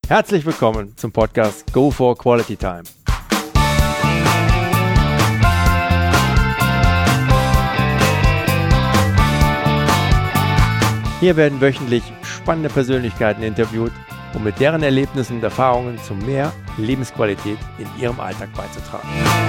Herzlich willkommen zum Podcast Go for Quality Time. Hier werden wöchentlich spannende Persönlichkeiten interviewt, um mit deren Erlebnissen und Erfahrungen zu mehr Lebensqualität in ihrem Alltag beizutragen.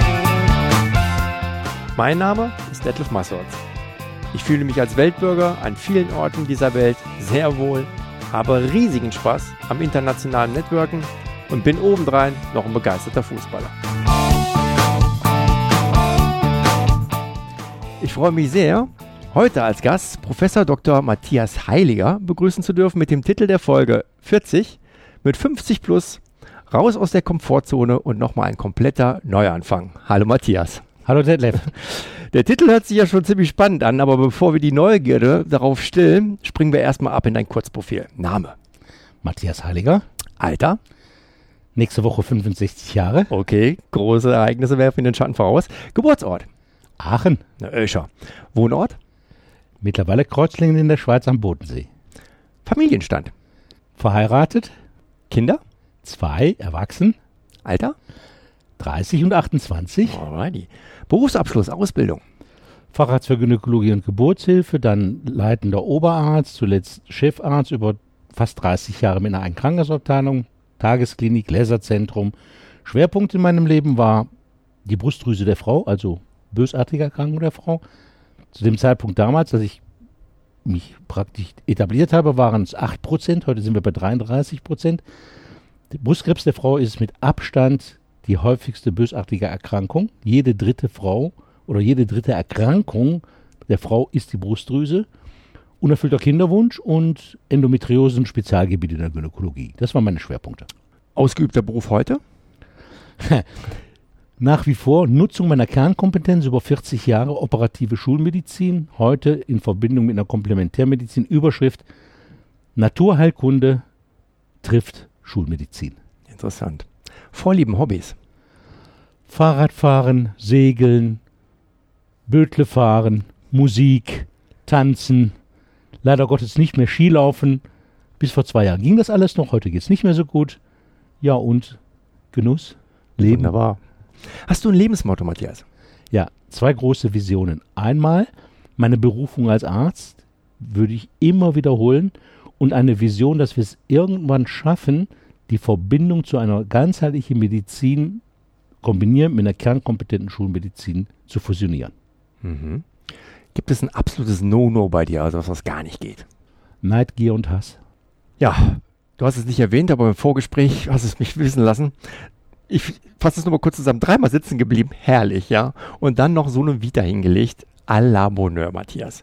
Mein Name ist Detlef Massortz. Ich fühle mich als Weltbürger an vielen Orten dieser Welt sehr wohl, habe riesigen Spaß am internationalen Networken und bin obendrein noch ein begeisterter Fußballer. Ich freue mich sehr, heute als Gast Professor Dr. Matthias Heiliger begrüßen zu dürfen mit dem Titel der Folge 40 mit 50 plus, raus aus der Komfortzone und nochmal ein kompletter Neuanfang. Hallo Matthias. Hallo Detlef. Der Titel hört sich ja schon ziemlich spannend an, aber bevor wir die Neugierde darauf stillen, springen wir erstmal ab in dein Kurzprofil. Name? Matthias Heiliger. Alter? Nächste Woche 65 Jahre. Okay, große Ereignisse werfen in den Schatten voraus. Geburtsort? Aachen. Öscher. Wohnort? Mittlerweile Kreuzlingen in der Schweiz am Bodensee. Familienstand? Verheiratet. Kinder? 2, erwachsen. Alter? 30 und 28. Alrighty. Berufsabschluss, Ausbildung? Facharzt für Gynäkologie und Geburtshilfe, dann leitender Oberarzt, zuletzt Chefarzt über fast 30 Jahre mit einer Krankenhausabteilung, Tagesklinik, Laserzentrum. Schwerpunkt in meinem Leben war die Brustdrüse der Frau, also bösartige Erkrankung der Frau. Zu dem Zeitpunkt damals, als ich mich praktisch etabliert habe, waren es 8%, heute sind wir bei 33%. Der Brustkrebs der Frau ist mit Abstand die häufigste bösartige Erkrankung. Jede dritte Frau oder jede dritte Erkrankung der Frau ist die Brustdrüse. Unerfüllter Kinderwunsch und Endometriose ein Spezialgebiet in der Gynäkologie. Das waren meine Schwerpunkte. Ausgeübter Beruf heute? Nach wie vor Nutzung meiner Kernkompetenz über 40 Jahre operative Schulmedizin. Heute in Verbindung mit einer Komplementärmedizin. Überschrift: Naturheilkunde trifft Schulmedizin. Interessant. Vorlieben, Hobbys? Fahrradfahren, Segeln, Bötle fahren, Musik, Tanzen, leider Gottes nicht mehr Skilaufen. Bis vor 2 Jahren ging das alles noch, heute geht es nicht mehr so gut. Ja, und Genuss, Leben. Wunderbar. Hast du ein Lebensmotto, Matthias? Ja, 2 große Visionen. Einmal meine Berufung als Arzt, würde ich immer wiederholen, und eine Vision, dass wir es irgendwann schaffen, die Verbindung zu einer ganzheitlichen Medizin kombiniert mit einer kernkompetenten Schulmedizin zu fusionieren. Mhm. Gibt es ein absolutes No-No bei dir, also was gar nicht geht? Neid, Gier und Hass. Ja, du hast es nicht erwähnt, aber im Vorgespräch hast es mich wissen lassen. Ich fasse es nur mal kurz zusammen. 3-mal sitzen geblieben, herrlich, ja. Und dann noch so eine Vita hingelegt, à la Bonheur, Matthias.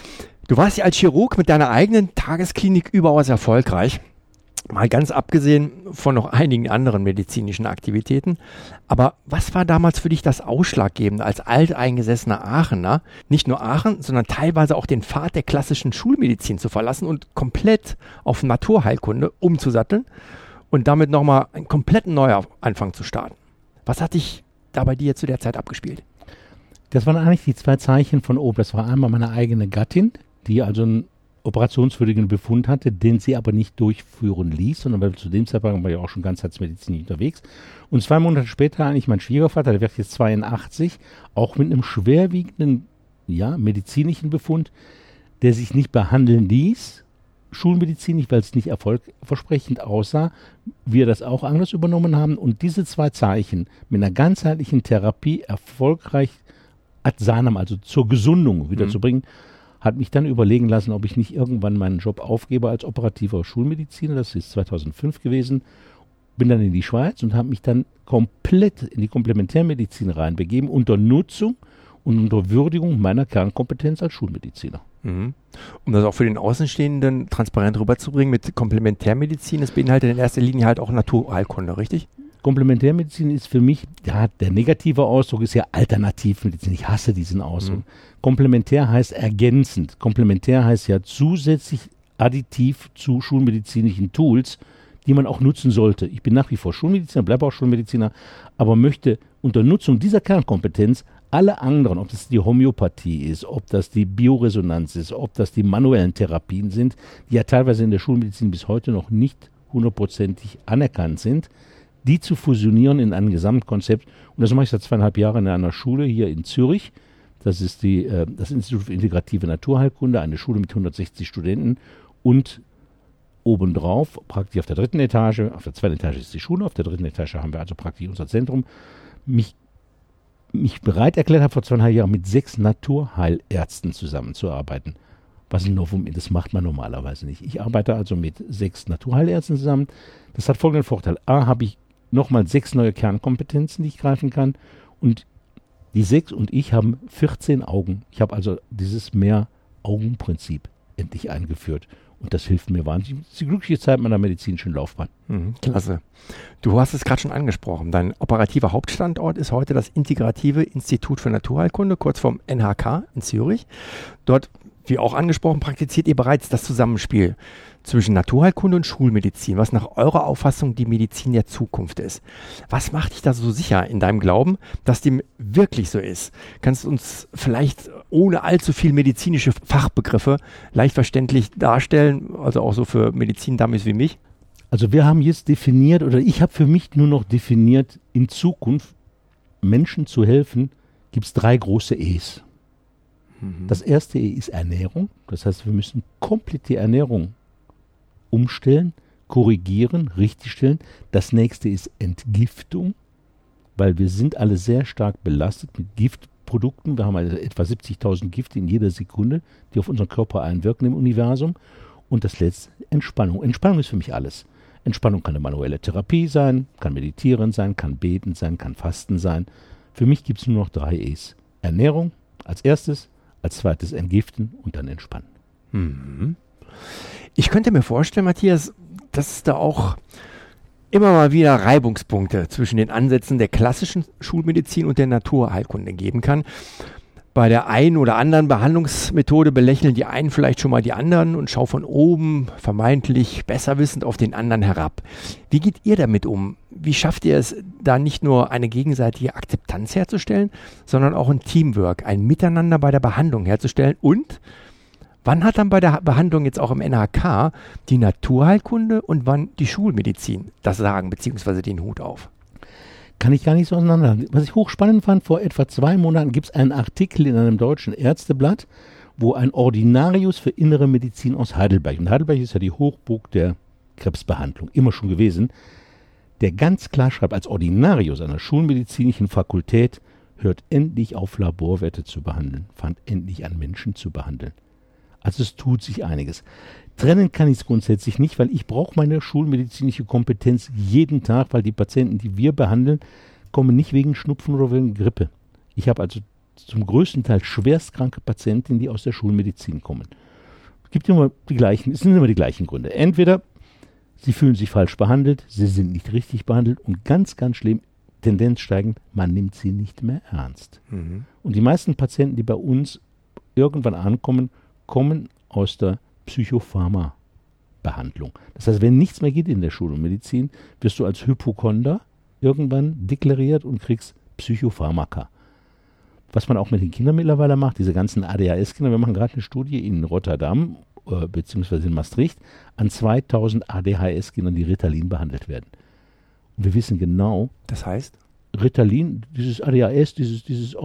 Du warst ja als Chirurg mit deiner eigenen Tagesklinik überaus erfolgreich. Mal ganz abgesehen von noch einigen anderen medizinischen Aktivitäten. Aber was war damals für dich das Ausschlaggebende als alteingesessener Aachener, nicht nur Aachen, sondern teilweise auch den Pfad der klassischen Schulmedizin zu verlassen und komplett auf Naturheilkunde umzusatteln und damit nochmal einen kompletten Neuanfang zu starten? Was hat dich da bei dir zu der Zeit abgespielt? Das waren eigentlich die 2 Zeichen von oben. Das war einmal meine eigene Gattin, die also einen operationswürdigen Befund hatte, den sie aber nicht durchführen ließ, sondern weil zu dem Zeitpunkt war ja auch schon ganzheitsmedizinisch unterwegs. Und 2 Monate später eigentlich mein Schwiegervater, der wird jetzt 82, auch mit einem schwerwiegenden, medizinischen Befund, der sich nicht behandeln ließ, schulmedizinisch, weil es nicht erfolgversprechend aussah, wir das auch anders übernommen haben und diese 2 Zeichen mit einer ganzheitlichen Therapie erfolgreich ad sanam, also zur Gesundung wiederzubringen, hat mich dann überlegen lassen, ob ich nicht irgendwann meinen Job aufgebe als operativer Schulmediziner. Das ist 2005 gewesen. Bin dann in die Schweiz und habe mich dann komplett in die Komplementärmedizin reinbegeben, unter Nutzung und unter Würdigung meiner Kernkompetenz als Schulmediziner. Mhm. Um das auch für den Außenstehenden transparent rüberzubringen mit Komplementärmedizin, das beinhaltet in erster Linie halt auch Naturheilkunde, richtig? Komplementärmedizin ist für mich, der negative Ausdruck ist ja Alternativmedizin. Ich hasse diesen Ausdruck. Komplementär heißt ergänzend. Komplementär heißt ja zusätzlich additiv zu schulmedizinischen Tools, die man auch nutzen sollte. Ich bin nach wie vor Schulmediziner, bleibe auch Schulmediziner, aber möchte unter Nutzung dieser Kernkompetenz alle anderen, ob das die Homöopathie ist, ob das die Bioresonanz ist, ob das die manuellen Therapien sind, die ja teilweise in der Schulmedizin bis heute noch nicht hundertprozentig anerkannt sind, die zu fusionieren in ein Gesamtkonzept. Und das mache ich seit 2,5 Jahren in einer Schule hier in Zürich. Das ist das Institut für integrative Naturheilkunde, eine Schule mit 160 Studenten und obendrauf, praktisch auf der 3. Etage, auf der 2. Etage ist die Schule, auf der 3. Etage haben wir also praktisch unser Zentrum, mich bereit erklärt habe, vor 2,5 Jahren mit 6 Naturheilärzten zusammenzuarbeiten. Was ein Novum ist, das macht man normalerweise nicht. Ich arbeite also mit 6 Naturheilärzten zusammen. Das hat folgenden Vorteil. A, habe ich nochmal 6 neue Kernkompetenzen, die ich greifen kann. Und die 6 und ich haben 14 Augen. Ich habe also dieses Mehr-Augen-Prinzip endlich eingeführt. Und das hilft mir wahnsinnig. Das ist die glückliche Zeit meiner medizinischen Laufbahn. Klasse. Du hast es gerade schon angesprochen. Dein operativer Hauptstandort ist heute das Integrative Institut für Naturheilkunde, kurz vom NHK in Zürich. Dort, wie auch angesprochen, praktiziert ihr bereits das Zusammenspiel zwischen Naturheilkunde und Schulmedizin, was nach eurer Auffassung die Medizin der Zukunft ist. Was macht dich da so sicher in deinem Glauben, dass dem wirklich so ist? Kannst du uns vielleicht ohne allzu viel medizinische Fachbegriffe leicht verständlich darstellen, also auch so für Medizin-Dummies wie mich? Also wir haben jetzt definiert, oder ich habe für mich nur noch definiert, in Zukunft Menschen zu helfen, gibt es 3 große E's. Das erste E ist Ernährung. Das heißt, wir müssen komplett die Ernährung umstellen, korrigieren, richtigstellen. Das nächste ist Entgiftung, weil wir sind alle sehr stark belastet mit Giftprodukten. Wir haben also etwa 70.000 Gifte in jeder Sekunde, die auf unseren Körper einwirken im Universum. Und das letzte, Entspannung. Entspannung ist für mich alles. Entspannung kann eine manuelle Therapie sein, kann Meditieren sein, kann Beten sein, kann Fasten sein. Für mich gibt es nur noch 3 E's. Ernährung als erstes, als zweites Entgiften und dann Entspannen. Ich könnte mir vorstellen, Matthias, dass es da auch immer mal wieder Reibungspunkte zwischen den Ansätzen der klassischen Schulmedizin und der Naturheilkunde geben kann. Bei der einen oder anderen Behandlungsmethode belächeln die einen vielleicht schon mal die anderen und schauen von oben vermeintlich besser wissend auf den anderen herab. Wie geht ihr damit um? Wie schafft ihr es, da nicht nur eine gegenseitige Akzeptanz herzustellen, sondern auch ein Teamwork, ein Miteinander bei der Behandlung herzustellen? Und wann hat dann bei der Behandlung jetzt auch im NHK die Naturheilkunde und wann die Schulmedizin das Sagen bzw. den Hut auf? Kann ich gar nicht so auseinanderhalten. Was ich hochspannend fand, vor etwa 2 Monaten gibt es einen Artikel in einem deutschen Ärzteblatt, wo ein Ordinarius für innere Medizin aus Heidelberg, und Heidelberg ist ja die Hochburg der Krebsbehandlung, immer schon gewesen, der ganz klar schreibt, als Ordinarius einer schulmedizinischen Fakultät, hört endlich auf, Laborwerte zu behandeln, fangt endlich an, Menschen zu behandeln. Also es tut sich einiges. Trennen kann ich es grundsätzlich nicht, weil ich brauche meine schulmedizinische Kompetenz jeden Tag, weil die Patienten, die wir behandeln, kommen nicht wegen Schnupfen oder wegen Grippe. Ich habe also zum größten Teil schwerstkranke Patientinnen, die aus der Schulmedizin kommen. Es sind immer die gleichen Gründe. Entweder sie fühlen sich falsch behandelt, sie sind nicht richtig behandelt und ganz, ganz schlimm, Tendenz steigend, man nimmt sie nicht mehr ernst. Und die meisten Patienten, die bei uns irgendwann ankommen, kommen aus der Psychopharma-Behandlung. Das heißt, wenn nichts mehr geht in der Schulmedizin, wirst du als Hypochonder irgendwann deklariert und kriegst Psychopharmaka. Was man auch mit den Kindern mittlerweile macht, diese ganzen ADHS-Kinder, wir machen gerade eine Studie in Rotterdam, beziehungsweise in Maastricht, an 2000 ADHS-Kindern, die Ritalin behandelt werden. Und wir wissen genau, das heißt? Ritalin, dieses ADHS, dieses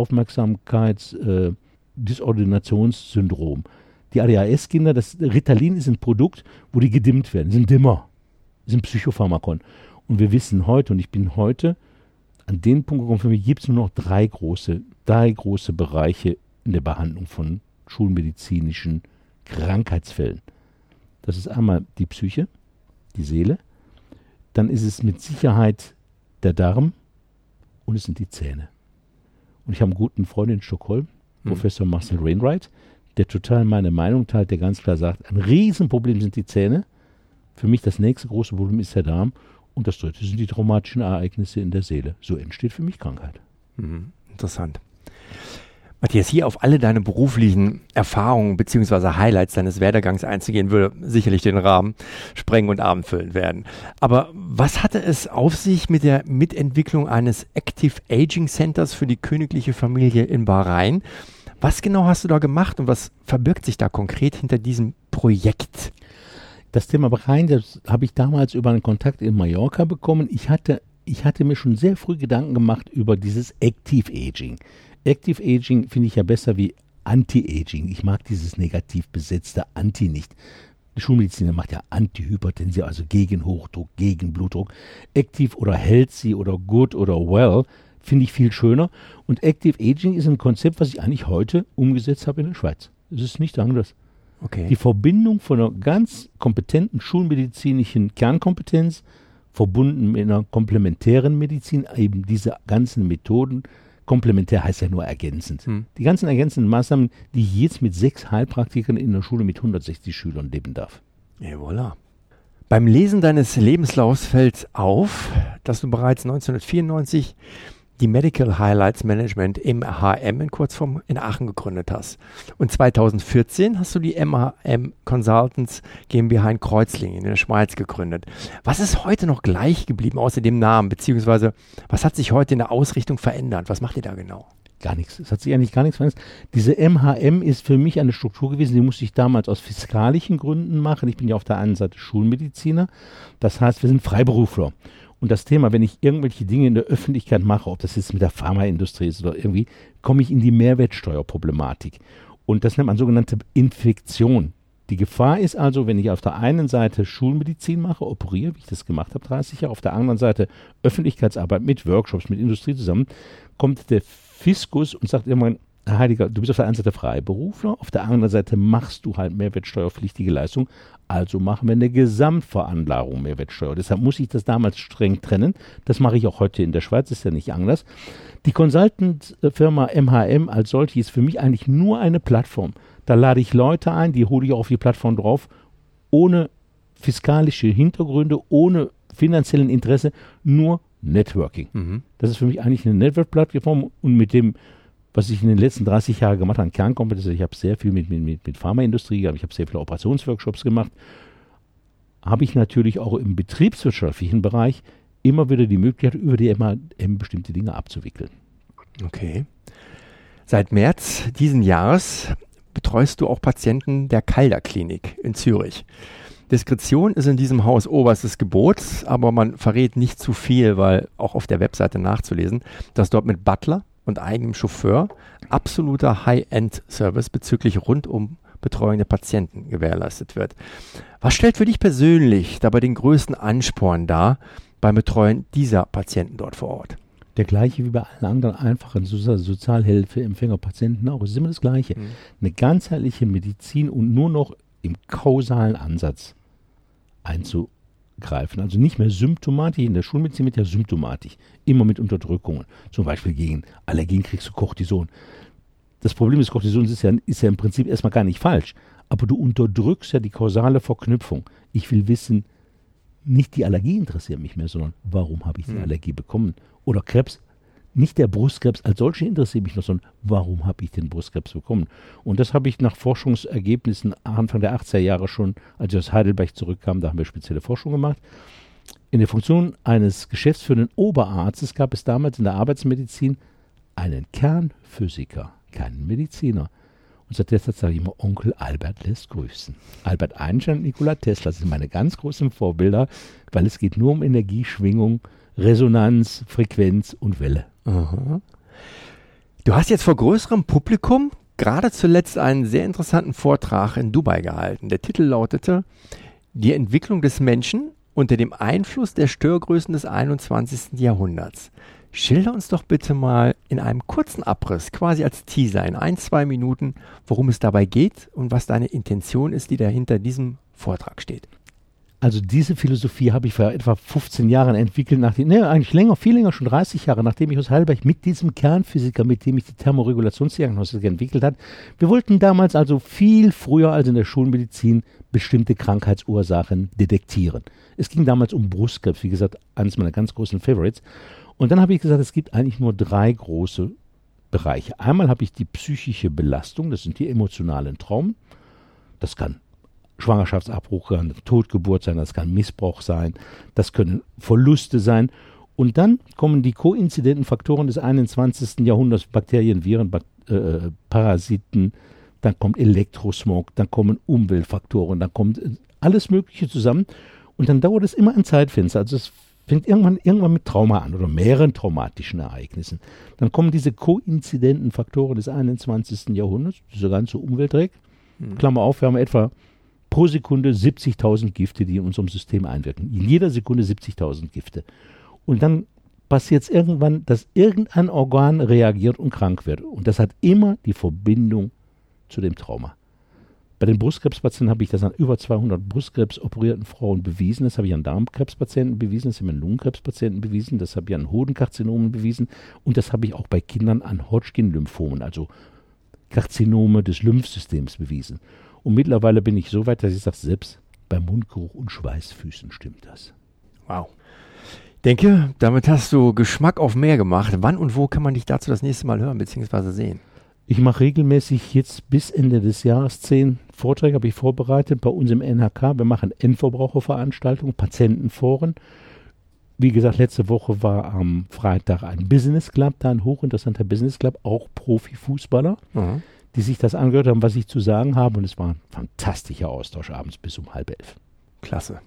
Aufmerksamkeits-Disordinationssyndrom. Die ADHS-Kinder, das Ritalin ist ein Produkt, wo die gedimmt werden, sind Dimmer, sind Psychopharmakon. Und wir wissen heute, und ich bin heute an den Punkt gekommen, für mich gibt es nur noch drei große Bereiche in der Behandlung von schulmedizinischen Krankheitsfällen. Das ist einmal die Psyche, die Seele, dann ist es mit Sicherheit der Darm und es sind die Zähne. Und ich habe einen guten Freund in Stockholm, Professor Marcel Wainwright, der total meine Meinung teilt, der ganz klar sagt, ein Riesenproblem sind die Zähne. Für mich das nächste große Problem ist der Darm. Und das dritte sind die traumatischen Ereignisse in der Seele. So entsteht für mich Krankheit. Interessant. Matthias, hier auf alle deine beruflichen Erfahrungen bzw. Highlights deines Werdegangs einzugehen, würde sicherlich den Rahmen sprengen und abendfüllend werden. Aber was hatte es auf sich mit der Mitentwicklung eines Active Aging Centers für die königliche Familie in Bahrain? Was genau hast du da gemacht und was verbirgt sich da konkret hinter diesem Projekt? Das Thema Brein, das habe ich damals über einen Kontakt in Mallorca bekommen. Ich hatte mir schon sehr früh Gedanken gemacht über dieses Active Aging. Active Aging finde ich ja besser wie Anti-Aging. Ich mag dieses negativ besetzte Anti nicht. Die Schulmediziner macht ja Antihypertensive, also gegen Hochdruck, gegen Blutdruck. Active oder healthy oder good oder well finde ich viel schöner. Und Active Aging ist ein Konzept, was ich eigentlich heute umgesetzt habe in der Schweiz. Es ist nicht anders. Okay. Die Verbindung von einer ganz kompetenten schulmedizinischen Kernkompetenz verbunden mit einer komplementären Medizin, eben diese ganzen Methoden. Komplementär heißt ja nur ergänzend. Die ganzen ergänzenden Maßnahmen, die ich jetzt mit 6 Heilpraktikern in der Schule mit 160 Schülern leben darf. Et voilà. Beim Lesen deines Lebenslaufs fällt auf, dass du bereits 1994 die Medical Highlights Management MHM in Kurzform in Aachen gegründet hast. Und 2014 hast du die MHM Consultants GmbH in Kreuzlingen in der Schweiz gegründet. Was ist heute noch gleich geblieben außer dem Namen, beziehungsweise was hat sich heute in der Ausrichtung verändert? Was macht ihr da genau? Gar nichts. Es hat sich eigentlich gar nichts verändert. Diese MHM ist für mich eine Struktur gewesen, die musste ich damals aus fiskalischen Gründen machen. Ich bin ja auf der einen Seite Schulmediziner. Das heißt, wir sind Freiberufler. Und das Thema, wenn ich irgendwelche Dinge in der Öffentlichkeit mache, ob das jetzt mit der Pharmaindustrie ist oder irgendwie, komme ich in die Mehrwertsteuerproblematik. Und das nennt man sogenannte Infektion. Die Gefahr ist also, wenn ich auf der einen Seite Schulmedizin mache, operiere, wie ich das gemacht habe, 30 Jahre, auf der anderen Seite Öffentlichkeitsarbeit mit Workshops, mit Industrie zusammen, kommt der Fiskus und sagt irgendwann, Herr Heidegger, du bist auf der einen Seite Freiberufler, auf der anderen Seite machst du halt mehrwertsteuerpflichtige Leistung, also machen wir eine Gesamtveranlagung Mehrwertsteuer. Deshalb muss ich das damals streng trennen. Das mache ich auch heute in der Schweiz, ist ja nicht anders. Die Consultant-Firma MHM als solche ist für mich eigentlich nur eine Plattform. Da lade ich Leute ein, die hole ich auch auf die Plattform drauf, ohne fiskalische Hintergründe, ohne finanziellen Interesse, nur Networking. Das ist für mich eigentlich eine Network-Plattform und mit dem, was ich in den letzten 30 Jahren gemacht habe, an Kernkompetenz, ich habe sehr viel mit Pharmaindustrie gehabt, ich habe sehr viele Operationsworkshops gemacht, habe ich natürlich auch im betriebswirtschaftlichen Bereich immer wieder die Möglichkeit, über die MHM bestimmte Dinge abzuwickeln. Okay. Seit März diesen Jahres betreust du auch Patienten der Calder Klinik in Zürich. Diskretion ist in diesem Haus oberstes Gebot, aber man verrät nicht zu viel, weil auch auf der Webseite nachzulesen, dass dort mit Butler und eigenem Chauffeur absoluter High-End-Service bezüglich rundum Betreuung der Patienten gewährleistet wird. Was stellt für dich persönlich dabei den größten Ansporn dar beim Betreuen dieser Patienten dort vor Ort? Der gleiche wie bei allen anderen einfachen Sozialhilfeempfänger-Patienten auch. Es ist immer das Gleiche. Eine ganzheitliche Medizin und nur noch im kausalen Ansatz einzugreifen. Also nicht mehr symptomatisch, in der Schulmedizin mit der Symptomatik, immer mit Unterdrückungen. Zum Beispiel gegen Allergien kriegst du Cortison. Das Problem des Cortisons ist ja im Prinzip erstmal gar nicht falsch, aber du unterdrückst ja die kausale Verknüpfung. Ich will wissen, nicht die Allergie interessiert mich mehr, sondern warum habe ich die Allergie bekommen? Oder Krebs, nicht der Brustkrebs als solche interessiert mich noch, sondern warum habe ich den Brustkrebs bekommen? Und das habe ich nach Forschungsergebnissen Anfang der 80er Jahre schon, als ich aus Heidelberg zurückkam, da haben wir spezielle Forschung gemacht. In der Funktion eines geschäftsführenden Oberarztes gab es damals in der Arbeitsmedizin einen Kernphysiker, keinen Mediziner. Und seit der Zeit sage ich immer, Onkel Albert lässt grüßen. Albert Einstein und Nikola Tesla sind meine ganz großen Vorbilder, weil es geht nur um Energie, Schwingung, Resonanz, Frequenz und Welle. Aha. Du hast jetzt vor größerem Publikum gerade zuletzt einen sehr interessanten Vortrag in Dubai gehalten. Der Titel lautete Die Entwicklung des Menschen unter dem Einfluss der Störgrößen des 21. Jahrhunderts. Schilder uns doch bitte mal in einem kurzen Abriss, quasi als Teaser, in 1-2 Minuten, worum es dabei geht und was deine Intention ist, die dahinter diesem Vortrag steht. Also diese Philosophie habe ich vor etwa 15 Jahren entwickelt, eigentlich länger, viel länger, schon 30 Jahre, nachdem ich aus Heidelberg mit diesem Kernphysiker, mit dem ich die Thermoregulationsdiagnostik entwickelt habe. Wir wollten damals also viel früher als in der Schulmedizin bestimmte Krankheitsursachen detektieren. Es ging damals um Brustkrebs, wie gesagt, eines meiner ganz großen Favorites. Und dann habe ich gesagt, es gibt eigentlich nur 3 große Bereiche. Einmal habe ich die psychische Belastung, das sind die emotionalen Traumen. Das kann Schwangerschaftsabbruch sein, Totgeburt sein, das kann Missbrauch sein, das können Verluste sein. Und dann kommen die koinzidenten Faktoren des 21. Jahrhunderts, Bakterien, Viren, Parasiten, dann kommt Elektrosmog, dann kommen Umweltfaktoren, dann kommt alles Mögliche zusammen. Und dann dauert es immer ein Zeitfenster. Also es fängt irgendwann mit Trauma an oder mehreren traumatischen Ereignissen. Dann kommen diese koinzidenten Faktoren des 21. Jahrhunderts, dieser ganze Umweltdreck. Klammer auf, wir haben etwa pro Sekunde 70.000 Gifte, die in unserem System einwirken. In jeder Sekunde 70.000 Gifte. Und dann passiert es irgendwann, dass irgendein Organ reagiert und krank wird. Und das hat immer die Verbindung zu dem Trauma. Bei den Brustkrebspatienten habe ich das an über 200 Brustkrebs-operierten Frauen bewiesen. Das habe ich an Darmkrebspatienten bewiesen, das habe ich an Lungenkrebspatienten bewiesen, das habe ich an Hodenkarzinomen bewiesen und das habe ich auch bei Kindern an Hodgkin-Lymphomen, also Karzinome des Lymphsystems bewiesen. Und mittlerweile bin ich so weit, dass ich sage, selbst bei Mundgeruch und Schweißfüßen stimmt das. Wow. Denke, damit hast du Geschmack auf mehr gemacht. Wann und wo kann man dich dazu das nächste Mal hören bzw. sehen? Ich mache regelmäßig jetzt bis Ende des Jahres 10 Vorträge, habe ich vorbereitet bei uns im NHK. Wir machen Endverbraucherveranstaltungen, Patientenforen. Wie gesagt, letzte Woche war am Freitag ein Business Club, da ein hochinteressanter Business Club, auch Profifußballer, die sich das angehört haben, was ich zu sagen habe. Und es war ein fantastischer Austausch abends bis um 10:30. Klasse.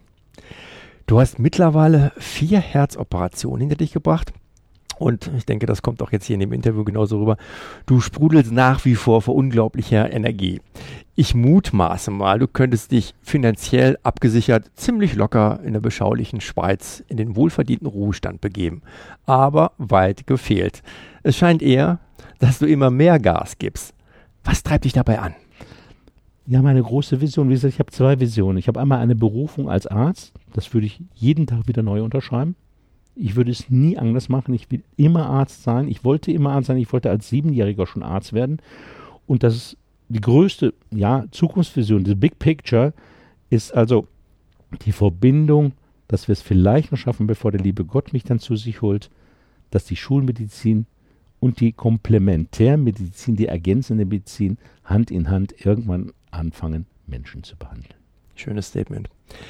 Du hast mittlerweile 4 Herzoperationen hinter dich gebracht. Und ich denke, das kommt auch jetzt hier in dem Interview genauso rüber. Du sprudelst nach wie vor unglaublicher Energie. Ich mutmaße mal, du könntest dich finanziell abgesichert ziemlich locker in der beschaulichen Schweiz in den wohlverdienten Ruhestand begeben. Aber weit gefehlt. Es scheint eher, dass du immer mehr Gas gibst. Was treibt dich dabei an? Ja, meine große Vision, wie gesagt, ich habe 2 Visionen. Ich habe einmal eine Berufung als Arzt. Das würde ich jeden Tag wieder neu unterschreiben. Ich würde es nie anders machen. Ich will immer Arzt sein. Ich wollte immer Arzt sein. Ich wollte als 7-Jähriger schon Arzt werden. Und das ist die größte Zukunftsvision, das Big Picture, ist also die Verbindung, dass wir es vielleicht noch schaffen, bevor der liebe Gott mich dann zu sich holt, dass die Schulmedizin und die Komplementärmedizin, die ergänzende Medizin, Hand in Hand irgendwann anfangen, Menschen zu behandeln. Schönes Statement.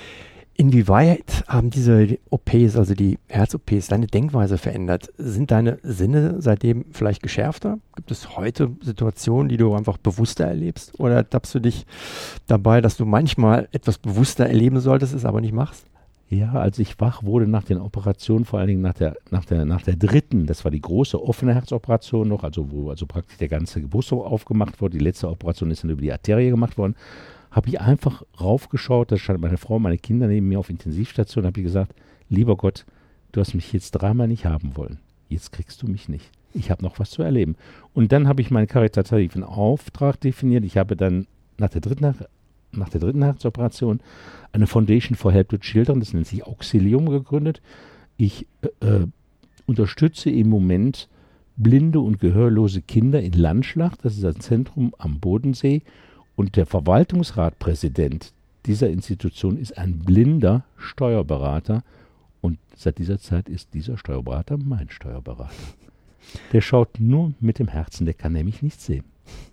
Inwieweit haben diese OPs, also die Herz-OPs, deine Denkweise verändert? Sind deine Sinne seitdem vielleicht geschärfter? Gibt es heute Situationen, die du einfach bewusster erlebst? Oder ertappst du dich dabei, dass du manchmal etwas bewusster erleben solltest, es aber nicht machst? Ja, als ich wach wurde nach den Operationen, vor allen Dingen nach der dritten, das war die große offene Herzoperation noch, wo praktisch der ganze Brust aufgemacht wurde. Die letzte Operation ist dann über die Arterie gemacht worden. Habe ich einfach raufgeschaut, da stand meine Frau, meine Kinder neben mir auf Intensivstation, habe ich gesagt, lieber Gott, du hast mich jetzt 3-mal nicht haben wollen. Jetzt kriegst du mich nicht. Ich habe noch was zu erleben. Und dann habe ich meinen karitativen Auftrag definiert. Ich habe dann nach der dritten Herzoperation eine Foundation for Help to Children, das nennt sich Auxilium, gegründet. Ich unterstütze im Moment blinde und gehörlose Kinder in Landschlacht. Das ist ein Zentrum am Bodensee. Und der Verwaltungsratpräsident dieser Institution ist ein blinder Steuerberater. Und seit dieser Zeit ist dieser Steuerberater mein Steuerberater. Der schaut nur mit dem Herzen, der kann nämlich nichts sehen.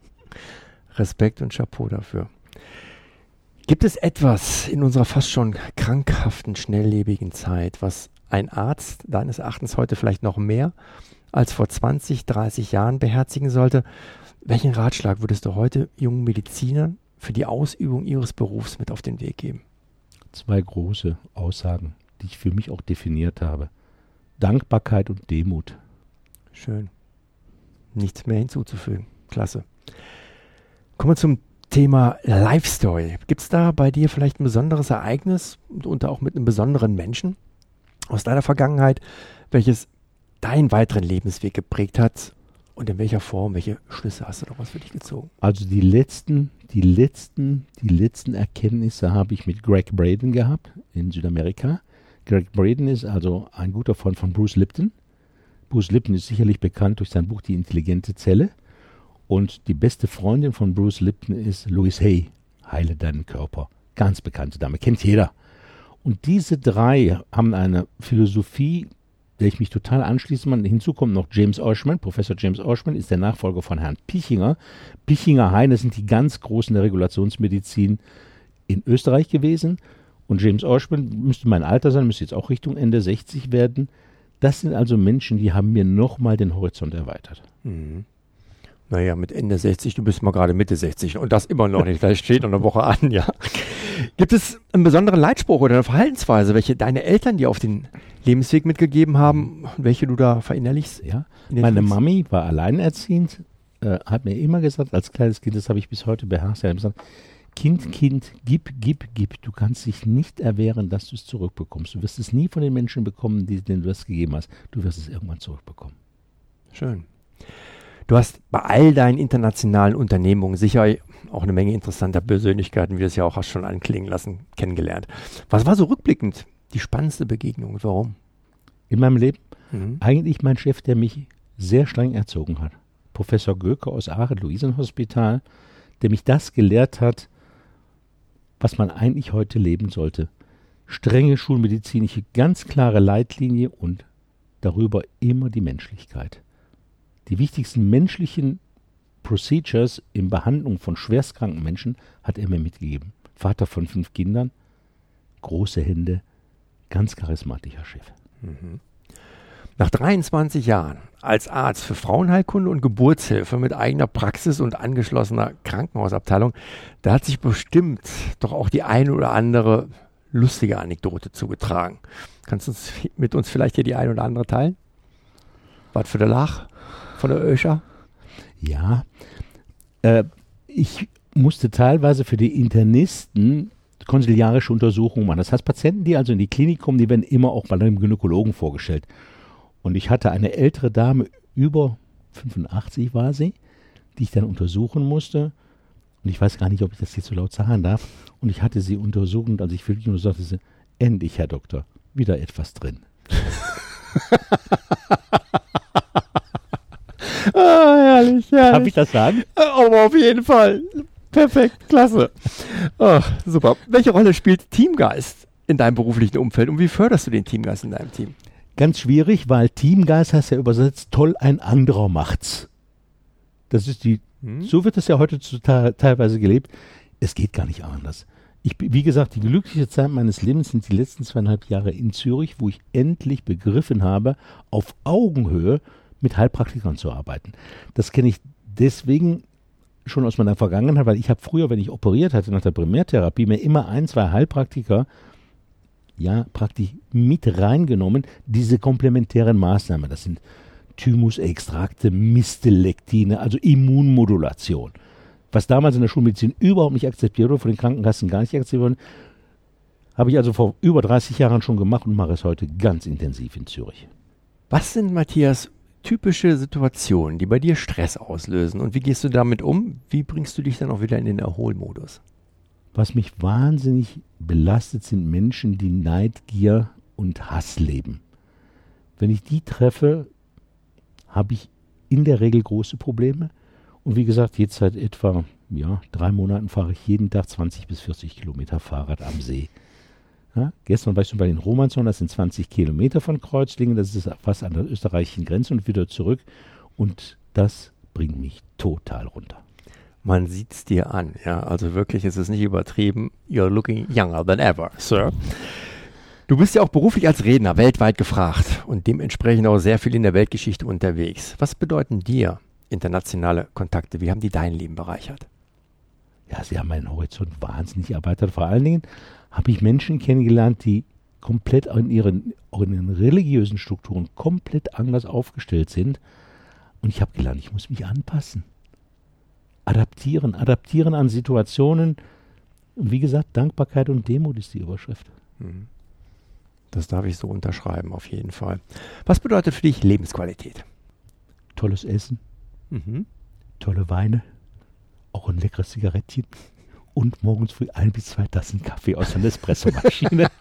Respekt und Chapeau dafür. Gibt es etwas in unserer fast schon krankhaften, schnelllebigen Zeit, was ein Arzt deines Erachtens heute vielleicht noch mehr als vor 20, 30 Jahren beherzigen sollte? Welchen Ratschlag würdest du heute jungen Medizinern für die Ausübung ihres Berufs mit auf den Weg geben? 2 große Aussagen, die ich für mich auch definiert habe. Dankbarkeit und Demut. Schön. Nichts mehr hinzuzufügen. Klasse. Kommen wir zum Thema Life Story. Gibt es da bei dir vielleicht ein besonderes Ereignis und auch mit einem besonderen Menschen aus deiner Vergangenheit, welches deinen weiteren Lebensweg geprägt hat? Und in welcher Form, welche Schlüsse hast du daraus für dich gezogen? Also die letzten Erkenntnisse habe ich mit Greg Braden gehabt in Südamerika. Greg Braden ist also ein guter Freund von Bruce Lipton. Bruce Lipton ist sicherlich bekannt durch sein Buch Die intelligente Zelle. Und die beste Freundin von Bruce Lipton ist Louise Hay, Heile deinen Körper. Ganz bekannte Dame, kennt jeder. Und diese 3 haben eine Philosophie, der ich mich total anschließe. Hinzu kommt noch James Oschman. Professor James Oschman ist der Nachfolger von Herrn Pichinger. Pichinger-Heine sind die ganz Großen der Regulationsmedizin in Österreich gewesen. Und James Oschman müsste mein Alter sein, müsste jetzt auch Richtung Ende 60 werden. Das sind also Menschen, die haben mir nochmal den Horizont erweitert. Mhm. Naja, mit Ende 60, du bist mal gerade Mitte 60 und das immer noch nicht, vielleicht steht noch eine Woche an, ja. Gibt es einen besonderen Leitspruch oder eine Verhaltensweise, welche deine Eltern dir auf den Lebensweg mitgegeben haben, welche du da verinnerlichst? Ja, meine Mami war alleinerziehend, hat mir immer gesagt, als kleines Kind, das habe ich bis heute beherrscht, hat gesagt, Kind, gib. Du kannst dich nicht erwehren, dass du es zurückbekommst. Du wirst es nie von den Menschen bekommen, denen du es gegeben hast. Du wirst es irgendwann zurückbekommen. Schön. Du hast bei all deinen internationalen Unternehmungen sicher auch eine Menge interessanter Persönlichkeiten, wie du es ja auch hast schon anklingen lassen, kennengelernt. Was war so rückblickend die spannendste Begegnung und warum? In meinem Leben? Eigentlich mein Chef, der mich sehr streng erzogen hat. Professor Göke aus Aachen, Luisenhospital, der mich das gelehrt hat, was man eigentlich heute leben sollte. Strenge schulmedizinische, ganz klare Leitlinie und darüber immer die Menschlichkeit. Die wichtigsten menschlichen Procedures in Behandlung von schwerstkranken Menschen hat er mir mitgegeben. Vater von 5 Kindern, große Hände, ganz charismatischer Chef. Nach 23 Jahren als Arzt für Frauenheilkunde und Geburtshilfe mit eigener Praxis und angeschlossener Krankenhausabteilung, da hat sich bestimmt doch auch die eine oder andere lustige Anekdote zugetragen. Kannst du mit uns vielleicht hier die eine oder andere teilen? Was für der Lach von der Öscher? Ja, ich musste teilweise für die Internisten konsiliarische Untersuchungen machen. Das heißt, Patienten, die also in die Klinik kommen, die werden immer auch bei einem Gynäkologen vorgestellt. Und ich hatte eine ältere Dame, über 85 war sie, die ich dann untersuchen musste. Und ich weiß gar nicht, ob ich das jetzt so laut sagen darf. Und ich hatte sie untersucht, als ich wirklich nur sagte, endlich, Herr Doktor, wieder etwas drin. Herrlich. Darf ich das sagen? Aber auf jeden Fall. Perfekt, klasse. Ach, super. Welche Rolle spielt Teamgeist in deinem beruflichen Umfeld und wie förderst du den Teamgeist in deinem Team? Ganz schwierig, weil Teamgeist heißt ja übersetzt, toll, ein anderer macht's. Das ist so wird es ja heute teilweise gelebt. Es geht gar nicht anders. Wie gesagt, die glückliche Zeit meines Lebens sind die letzten 2,5 Jahre in Zürich, wo ich endlich begriffen habe, auf Augenhöhe mit Heilpraktikern zu arbeiten. Das kenne ich deswegen schon aus meiner Vergangenheit, weil ich habe früher, wenn ich operiert hatte nach der Primärtherapie, mir immer 1, 2 Heilpraktiker praktisch mit reingenommen, diese komplementären Maßnahmen. Das sind Thymusextrakte, Mistelektine, also Immunmodulation. Was damals in der Schulmedizin überhaupt nicht akzeptiert wurde, von den Krankenkassen gar nicht akzeptiert wurde, habe ich also vor über 30 Jahren schon gemacht und mache es heute ganz intensiv in Zürich. Was sind, Matthias, typische Situationen, die bei dir Stress auslösen und wie gehst du damit um? Wie bringst du dich dann auch wieder in den Erholmodus? Was mich wahnsinnig belastet, sind Menschen, die Neid, Gier und Hass leben. Wenn ich die treffe, habe ich in der Regel große Probleme. Und wie gesagt, jetzt seit etwa 3 Monaten fahre ich jeden Tag 20 bis 40 Kilometer Fahrrad am See. Ja, gestern war ich schon bei den Romanshorn, das sind 20 Kilometer von Kreuzlingen, das ist fast an der österreichischen Grenze und wieder zurück. Und das bringt mich total runter. Man sieht es dir an, ja, also wirklich ist es nicht übertrieben. You're looking younger than ever, Sir. Du bist ja auch beruflich als Redner weltweit gefragt und dementsprechend auch sehr viel in der Weltgeschichte unterwegs. Was bedeuten dir internationale Kontakte? Wie haben die dein Leben bereichert? Ja, sie haben meinen Horizont wahnsinnig erweitert. Vor allen Dingen habe ich Menschen kennengelernt, die komplett in ihren religiösen Strukturen komplett anders aufgestellt sind. Und ich habe gelernt, ich muss mich anpassen. Adaptieren an Situationen. Und wie gesagt, Dankbarkeit und Demut ist die Überschrift. Das darf ich so unterschreiben, auf jeden Fall. Was bedeutet für dich Lebensqualität? Tolles Essen, tolle Weine, auch ein leckeres Zigarettchen und morgens früh 1 bis 2 Tassen Kaffee aus einer Espressomaschine.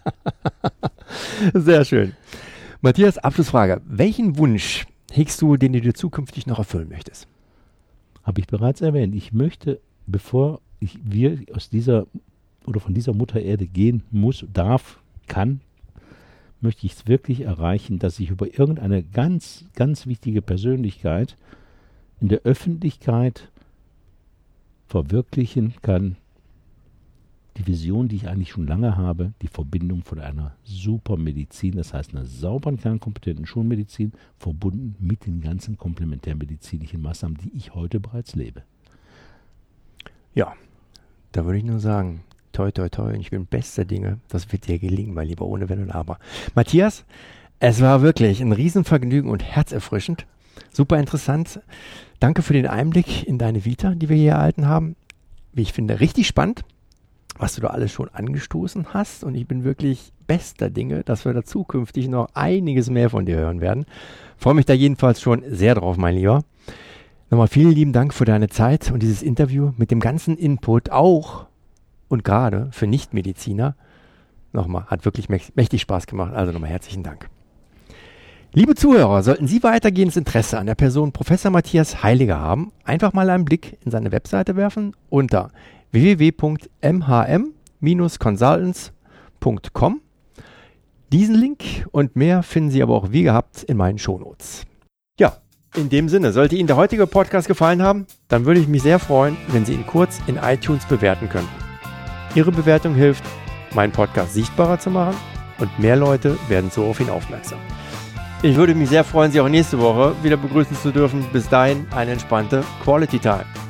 Sehr schön. Matthias, Abschlussfrage. Welchen Wunsch hegst du, den du dir zukünftig noch erfüllen möchtest? Habe ich bereits erwähnt. Ich möchte, bevor wir aus dieser oder von dieser Mutter Erde gehen kann, möchte ich es wirklich erreichen, dass ich über irgendeine ganz, ganz wichtige Persönlichkeit in der Öffentlichkeit verwirklichen kann, die Vision, die ich eigentlich schon lange habe, die Verbindung von einer super Medizin, das heißt einer sauberen, kernkompetenten Schulmedizin, verbunden mit den ganzen komplementärmedizinischen Maßnahmen, die ich heute bereits lebe. Ja, da würde ich nur sagen, toi, toi, toi, und ich bin bester Dinge, das wird dir gelingen, mein Lieber, ohne Wenn und Aber. Matthias, es war wirklich ein Riesenvergnügen und herzerfrischend, super interessant. Danke für den Einblick in deine Vita, die wir hier erhalten haben. Wie ich finde, richtig spannend, was du da alles schon angestoßen hast, und ich bin wirklich bester Dinge, dass wir da zukünftig noch einiges mehr von dir hören werden. Freue mich da jedenfalls schon sehr drauf, mein Lieber. Nochmal vielen lieben Dank für deine Zeit und dieses Interview mit dem ganzen Input, auch und gerade für Nichtmediziner. Nochmal, hat wirklich mächtig Spaß gemacht, also nochmal herzlichen Dank. Liebe Zuhörer, sollten Sie weitergehendes Interesse an der Person Professor Matthias Heiliger haben, einfach mal einen Blick in seine Webseite werfen unter www.mhm-consultants.com. Diesen Link und mehr finden Sie aber auch wie gehabt in meinen Shownotes. Ja, in dem Sinne, sollte Ihnen der heutige Podcast gefallen haben, dann würde ich mich sehr freuen, wenn Sie ihn kurz in iTunes bewerten könnten. Ihre Bewertung hilft, meinen Podcast sichtbarer zu machen, und mehr Leute werden so auf ihn aufmerksam. Ich würde mich sehr freuen, Sie auch nächste Woche wieder begrüßen zu dürfen. Bis dahin eine entspannte Quality Time.